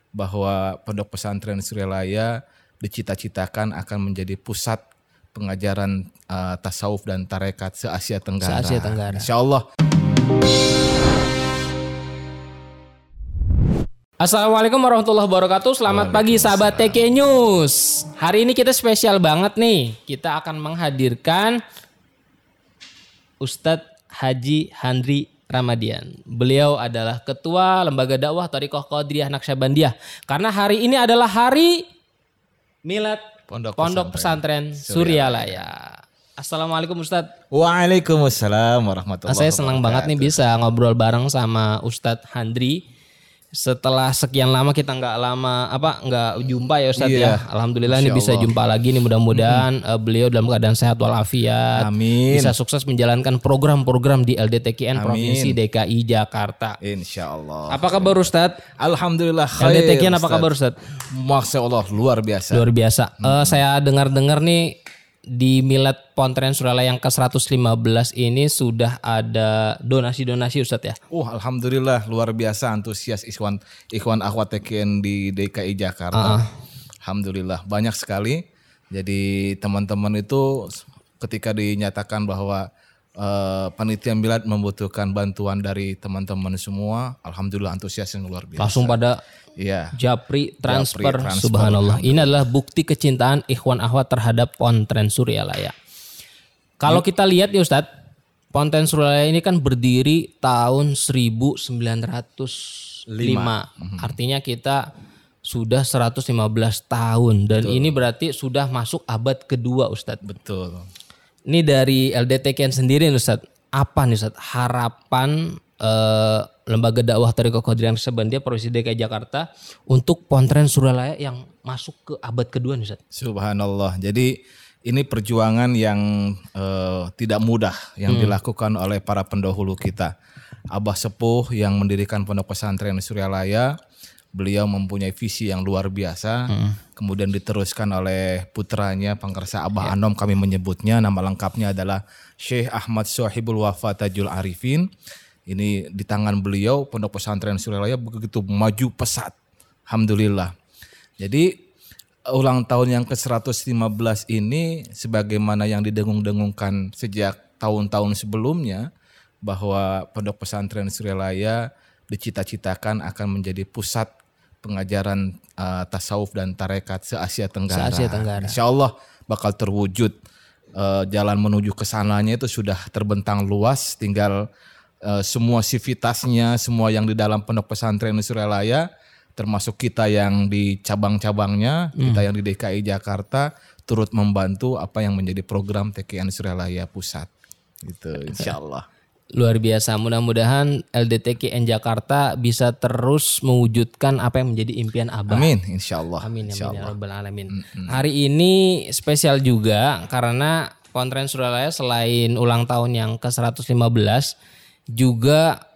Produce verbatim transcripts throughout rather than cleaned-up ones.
bahwa Pondok Pesantren Suryalaya dicita-citakan akan menjadi pusat pengajaran uh, tasawuf dan tarekat se-Asia Tenggara. Se-Asia Tenggara. Insyaallah. Assalamualaikum warahmatullahi wabarakatuh. Selamat pagi sahabat T K News. Hari ini kita spesial banget nih. Kita akan menghadirkan Ustadz Haji Handri Ramadian. Beliau adalah Ketua Lembaga Dakwah Thariqah Qadiriyah Naqsyabandiyah. Karena hari ini adalah hari Milad Pondok, Pondok Pesantren, Pesantren Suryalaya. Assalamualaikum Ustadz. Waalaikumsalam warahmatullahi wabarakatuh. Saya senang banget nih bisa ngobrol bareng sama Ustadz Handri. Setelah sekian lama kita nggak lama apa nggak jumpa ya Ustadz yeah. ya. Alhamdulillah ini bisa jumpa lagi nih, mudah-mudahan mm-hmm. uh, beliau dalam keadaan sehat walafiat. Amin. Bisa sukses menjalankan program-program di L D T K N Amin. Provinsi D K I Jakarta. Insyaallah. Apa kabar Ustadz? Alhamdulillah khair. L D T K N apa kabar Ustadz? Masya Allah luar biasa. Luar biasa. Mm-hmm. Uh, saya dengar-dengar nih di Milad Pesantren Suryalaya yang ke seratus lima belas ini sudah ada donasi-donasi Ustadz ya? Uh, Alhamdulillah luar biasa antusias ikhwan ikhwan akhwat T K N di D K I Jakarta. Uh-uh. Alhamdulillah banyak sekali. Jadi teman-teman itu ketika dinyatakan bahwa uh, panitia Milad membutuhkan bantuan dari teman-teman semua, alhamdulillah antusias yang luar biasa. Langsung pada Iya. Japri transfer, Japri transfer subhanallah. Ini adalah bukti kecintaan ikhwan akhwat terhadap Pesantren Suryalaya. Kalau kita lihat ya Ustadz, Pesantren Suryalaya ini kan berdiri tahun seribu sembilan ratus lima. Mm-hmm. Artinya kita sudah seratus lima belas tahun dan Betul. Ini berarti sudah masuk abad kedua Ustadz. Betul. Ini dari L D T K N sendiri Ustadz, apa nih Ustadz harapan uh, Lembaga Dakwah Thariqah Qadiriyah Naqsyabandiyah Provinsi D K I Jakarta untuk Pesantren Suryalaya yang masuk ke abad kedua nih Ustaz? Subhanallah. Jadi ini perjuangan yang uh, tidak mudah yang hmm. dilakukan oleh para pendahulu kita. Abah Sepuh yang mendirikan Pondok Pesantren Suryalaya, beliau mempunyai visi yang luar biasa. Hmm. Kemudian diteruskan oleh putranya Pangkarsa Abah ya. Anom kami menyebutnya, nama lengkapnya adalah Syekh Ahmad Sohibul Wafa Tajul Arifin. Ini di tangan beliau Pondok Pesantren Suryalaya begitu maju pesat. Alhamdulillah. Jadi ulang tahun yang ke seratus lima belas ini sebagaimana yang didengung-dengungkan sejak tahun-tahun sebelumnya bahwa Pondok Pesantren Suryalaya dicita-citakan akan menjadi pusat pengajaran uh, tasawuf dan tarekat se-Asia Tenggara. Se-Asia Tenggara. Insyaallah bakal terwujud. Uh, jalan menuju ke sananya itu sudah terbentang luas, tinggal Uh, semua sivitasnya, semua yang di dalam Pondok Pesantren Suryalaya, termasuk kita yang di cabang-cabangnya, hmm. kita yang di D K I Jakarta, turut membantu apa yang menjadi program T K N Suryalaya Pusat. Gitu, insyaallah. Luar biasa, mudah-mudahan L D T K N Jakarta bisa terus mewujudkan apa yang menjadi impian Abah. Amin, insyaallah. Amin, insya ya rabbal alamin. Mm-hmm. Hari ini spesial juga karena Pesantren Suryalaya selain ulang tahun yang ke seratus lima belas juga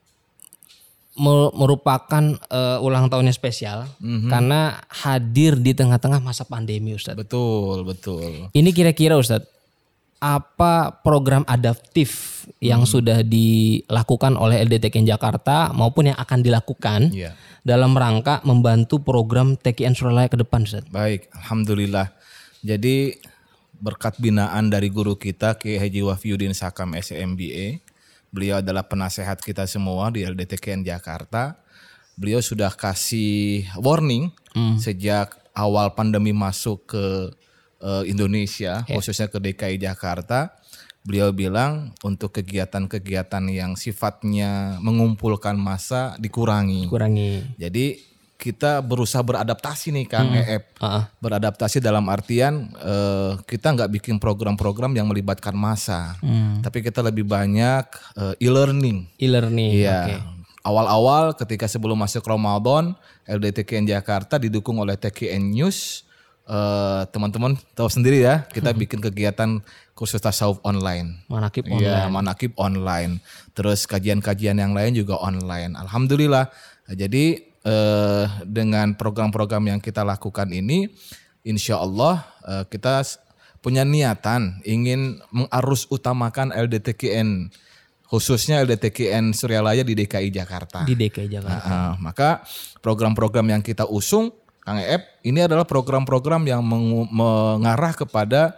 merupakan uh, ulang tahunnya spesial mm-hmm. karena hadir di tengah-tengah masa pandemi Ustadz. Betul, betul. Ini kira-kira Ustadz, apa program adaptif yang mm-hmm. sudah dilakukan oleh L D T K N Jakarta maupun yang akan dilakukan yeah. dalam rangka membantu program T K N Suryalaya ke depan Ustadz? Baik, alhamdulillah. Jadi berkat binaan dari guru kita Kiai Haji Wafiuddin Sakam S M B A, beliau adalah penasehat kita semua di L D T K N Jakarta. Beliau sudah kasih warning mm. sejak awal pandemi masuk ke uh, Indonesia, yeah. khususnya ke D K I Jakarta. Beliau bilang untuk kegiatan-kegiatan yang sifatnya mengumpulkan massa dikurangi. Kurangi. Jadi kita berusaha beradaptasi nih Kang hmm. E F. Uh-uh. Beradaptasi dalam artian uh, kita nggak bikin program-program yang melibatkan massa, hmm. tapi kita lebih banyak uh, e-learning. E-learning. Iya. Okay. Awal-awal ketika sebelum masuk Ramadan, L D T K N Jakarta didukung oleh T K N News. Uh, teman-teman tahu sendiri ya, kita hmm. bikin kegiatan khusus tasawuf online. Manakib online. Iya, manakib online. Terus kajian-kajian yang lain juga online. Alhamdulillah. Jadi Uh, dengan program-program yang kita lakukan ini, insya Allah uh, kita punya niatan ingin mengarus utamakan L D T K N khususnya L D T K N Suryalaya di D K I Jakarta. Di D K I Jakarta. Nah, maka program-program yang kita usung, Kang Eep, ini adalah program-program yang mengu- mengarah kepada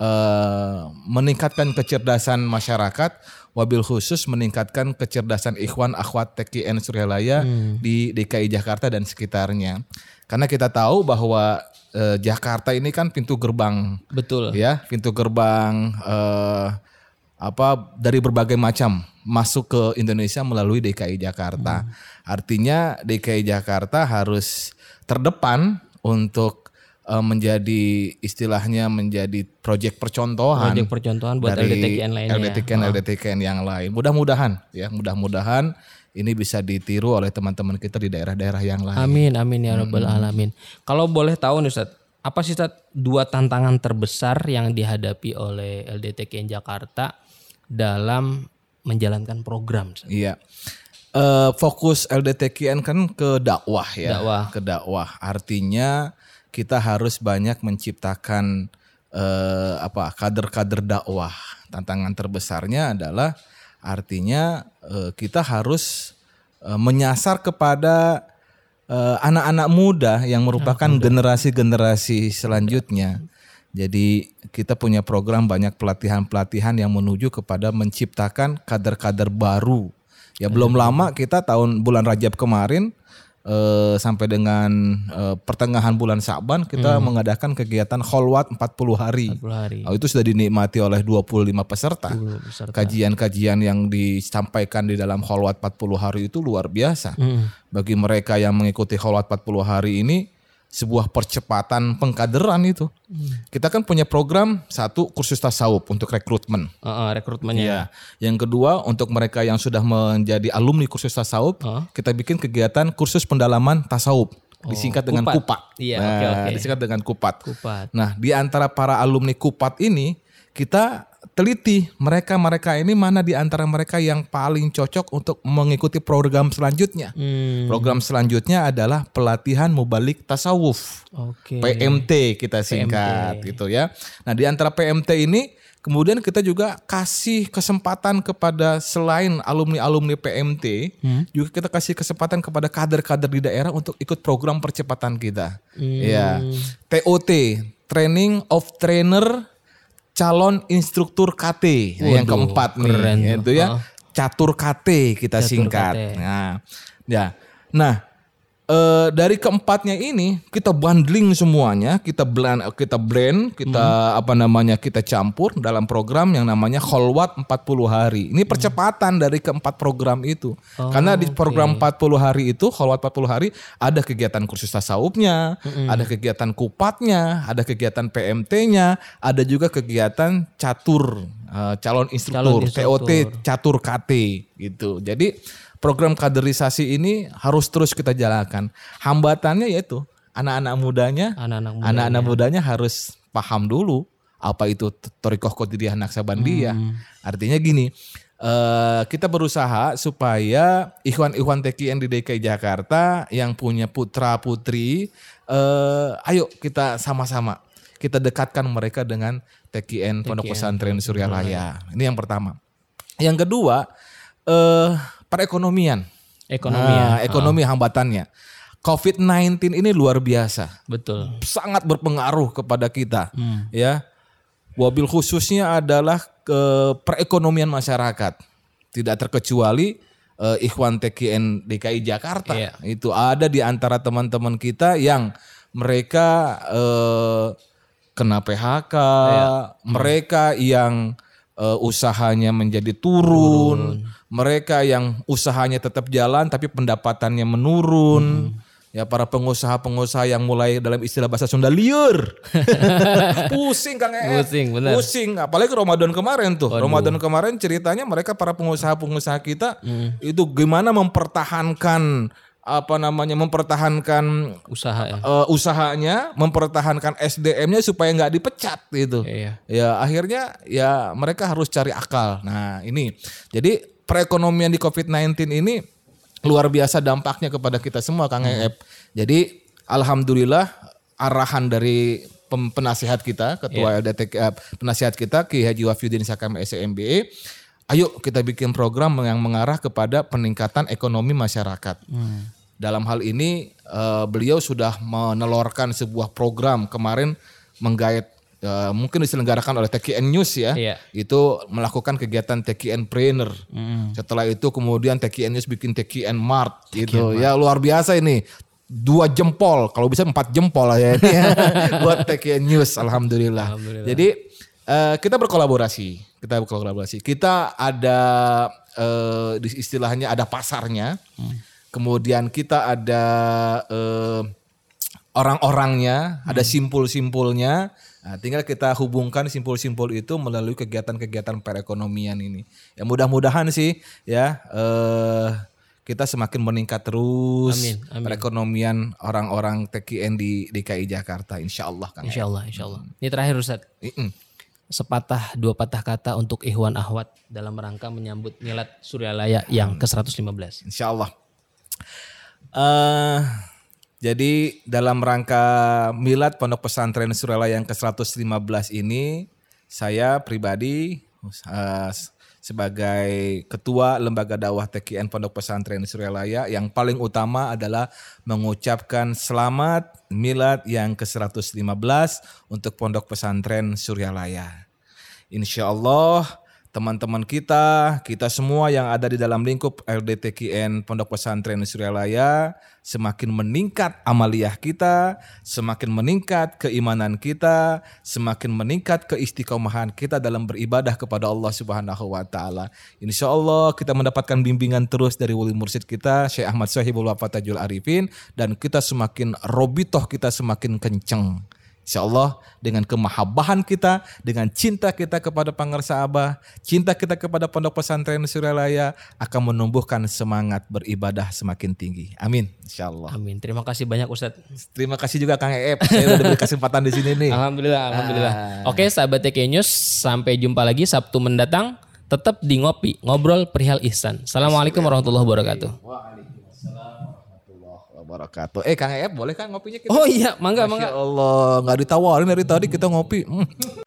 uh, meningkatkan kecerdasan masyarakat, wabil khusus meningkatkan kecerdasan ikhwan akhwat T K N Suryalaya hmm. di D K I Jakarta dan sekitarnya. Karena kita tahu bahwa uh, Jakarta ini kan pintu gerbang, betul ya, pintu gerbang uh, apa dari berbagai macam masuk ke Indonesia melalui D K I Jakarta. Hmm. Artinya D K I Jakarta harus terdepan untuk uh, menjadi istilahnya menjadi proyek percontohan, proyek percontohan buat dari L D T K N lainnya. L D T K N, ya. L D T K N yang lain. Mudah-mudahan ya, mudah-mudahan ini bisa ditiru oleh teman-teman kita di daerah-daerah yang lain. Amin, amin ya rabbal alamin. Kalau boleh tahu nih Ustaz, apa sih Ustaz dua tantangan terbesar yang dihadapi oleh L D T K N Jakarta dalam menjalankan program? Ustaz? Iya. Uh, fokus L D T K N kan ke dakwah ya, dakwah. ke dakwah. Artinya kita harus banyak menciptakan uh, apa kader-kader dakwah. Tantangan terbesarnya adalah artinya uh, kita harus uh, menyasar kepada uh, anak-anak muda yang merupakan muda. generasi-generasi selanjutnya. Jadi kita punya program banyak pelatihan-pelatihan yang menuju kepada menciptakan kader-kader baru. Ya belum hmm. lama kita tahun bulan Rajab kemarin eh, sampai dengan eh, pertengahan bulan Sya'ban kita hmm. mengadakan kegiatan kholwat empat puluh hari. empat puluh hari. Oh, itu sudah dinikmati oleh dua puluh lima peserta. dua puluh peserta. Kajian-kajian yang disampaikan di dalam kholwat empat puluh hari itu luar biasa. Hmm. Bagi mereka yang mengikuti kholwat empat puluh hari ini sebuah percepatan pengkaderan itu. Hmm. Kita kan punya program satu kursus tasawuf untuk rekrutmen. Uh, uh, rekrutmennya. Ya. Yang kedua untuk mereka yang sudah menjadi alumni kursus tasawuf, uh. kita bikin kegiatan kursus pendalaman tasawuf. Oh, disingkat dengan Kupat. Iya, nah, okay, okay. disingkat dengan Kupat. Kupat. Nah, di antara para alumni Kupat ini kita teliti mereka-mereka ini mana di antara mereka yang paling cocok untuk mengikuti program selanjutnya. Hmm. Program selanjutnya adalah pelatihan mubalik tasawuf. Okay. P M T kita singkat P M T. Gitu ya. Nah, di antara P M T ini kemudian kita juga kasih kesempatan kepada selain alumni-alumni P M T, hmm. juga kita kasih kesempatan kepada kader-kader di daerah untuk ikut program percepatan kita. Hmm. Ya. T O T, Training of Trainer Calon Instruktur K T. Waduh, yang keempat nih, keren. Itu ya. Catur K T kita Catur singkat. K T. Nah, ya. Nah, e, dari keempatnya ini kita bundling semuanya, kita blend, kita blend, kita hmm. apa namanya? kita campur dalam program yang namanya Kholwat empat puluh hari. Ini percepatan hmm. dari keempat program itu. Oh, karena di program okay. empat puluh hari itu, Kholwat empat puluh hari ada kegiatan kursus tasawufnya, hmm. ada kegiatan kupatnya, ada kegiatan P M T-nya, ada juga kegiatan catur uh, calon instruktur, T O T catur K T gitu. Jadi program kaderisasi ini harus terus kita jalankan. Hambatannya yaitu anak-anak mudanya, anak-anak mudanya, anak-anak mudanya harus paham dulu apa itu Thariqah Qadiriyah Naqsabandiyah. Hmm. Artinya gini, uh, kita berusaha supaya ikhwan-ikhwan T K N di D K I Jakarta yang punya putra putri, uh, ayo kita sama-sama kita dekatkan mereka dengan T K N Pondok Pesantren Suryalaya. Ini yang pertama. Yang kedua, uh, perekonomian. Ekonomi, nah, ekonomi oh. hambatannya. covid sembilan belas ini luar biasa. Betul. Sangat berpengaruh kepada kita. Hmm. Ya. Wabil khususnya adalah ke perekonomian masyarakat. Tidak terkecuali uh, Ikhwan T K N D K I Jakarta. Yeah. Itu ada di antara teman-teman kita yang mereka uh, kena P H K, yeah. mereka yang uh, usahanya menjadi turun, turun. Mereka yang usahanya tetap jalan tapi pendapatannya menurun. Hmm. Ya para pengusaha-pengusaha yang mulai dalam istilah bahasa Sunda liur. Pusing Kang Ee. Pusing benar. Pusing apalagi Ramadan kemarin tuh. Aduh. Ramadan kemarin ceritanya mereka para pengusaha-pengusaha kita hmm. itu gimana mempertahankan apa namanya mempertahankan usaha ya. uh, usahanya, mempertahankan S D M-nya supaya nggak dipecat gitu. Iya. Ya akhirnya ya mereka harus cari akal. Nah ini jadi perekonomian di covid sembilan belas ini luar biasa dampaknya kepada kita semua Kang hmm. Eep. Jadi alhamdulillah arahan dari penasihat kita, ketua yeah. L D T K, penasihat kita Ki Haji Wafiuddin Sakam S M B E ayo kita bikin program yang mengarah kepada peningkatan ekonomi masyarakat. Hmm. Dalam hal ini uh, beliau sudah menelorkan sebuah program kemarin menggait uh, mungkin diselenggarakan oleh T K N News ya. Iya. Itu melakukan kegiatan T K N Trainer. Hmm. Setelah itu kemudian T K N News bikin T K N Mart gitu. Ya luar biasa ini. Dua jempol, kalau bisa empat jempol lah ya ini ya. Buat T K N News, alhamdulillah. alhamdulillah. Jadi uh, kita berkolaborasi, kita berkolaborasi. Kita ada uh, istilahnya ada pasarnya, hmm. kemudian kita ada uh, orang-orangnya, hmm. ada simpul-simpulnya. Nah, tinggal kita hubungkan simpul-simpul itu melalui kegiatan-kegiatan perekonomian ini. Ya mudah-mudahan sih ya. Uh, Kita semakin meningkat terus amin, amin. perekonomian orang-orang T K N di D K I Jakarta, insya Allah kan. Insya Allah, insya Allah. Ini terakhir Ustaz. Mm-mm. Sepatah dua patah kata untuk Ikhwan Akhwat dalam rangka menyambut Milad Suryalaya yang ke seratus lima belas. Insya Allah. Uh, jadi dalam rangka Milad Pondok Pesantren Suryalaya yang ke seratus lima belas ini, saya pribadi uh, sebagai ketua lembaga dakwah T K N Pondok Pesantren Suryalaya yang paling utama adalah mengucapkan selamat Milad yang ke seratus lima belas untuk Pondok Pesantren Suryalaya. Insya Allah teman-teman kita, kita semua yang ada di dalam lingkup L D T K N Pondok Pesantren Suryalaya semakin meningkat amaliyah kita, semakin meningkat keimanan kita, semakin meningkat keistiqomahan kita dalam beribadah kepada Allah Subhanahu wa taala. Insya Allah kita mendapatkan bimbingan terus dari wali mursyid kita Syekh Ahmad Sohibul Wafa Tajul Arifin, dan kita semakin robitoh kita semakin kenceng. Insya Allah dengan kemahabahan kita, dengan cinta kita kepada Pangarsa Abah, cinta kita kepada Pondok Pesantren Suryalaya akan menumbuhkan semangat beribadah semakin tinggi. Amin. Insya Allah. Amin. Terima kasih banyak Ustadz. Terima kasih juga Kang Eep. Saya udah diberi kesempatan di sini nih. Alhamdulillah. Alhamdulillah. Ah. Oke sahabat T K News, sampai jumpa lagi Sabtu mendatang. Tetap di Ngopi, ngobrol perihal ihsan. Assalamualaikum warahmatullahi wabarakatuh. Wabarakatuh. Eh Kang Eep boleh kan ngopinya kita? Oh iya, mangga Masya mangga. Allah, nggak ditawarin dari tadi kita ngopi. Hmm.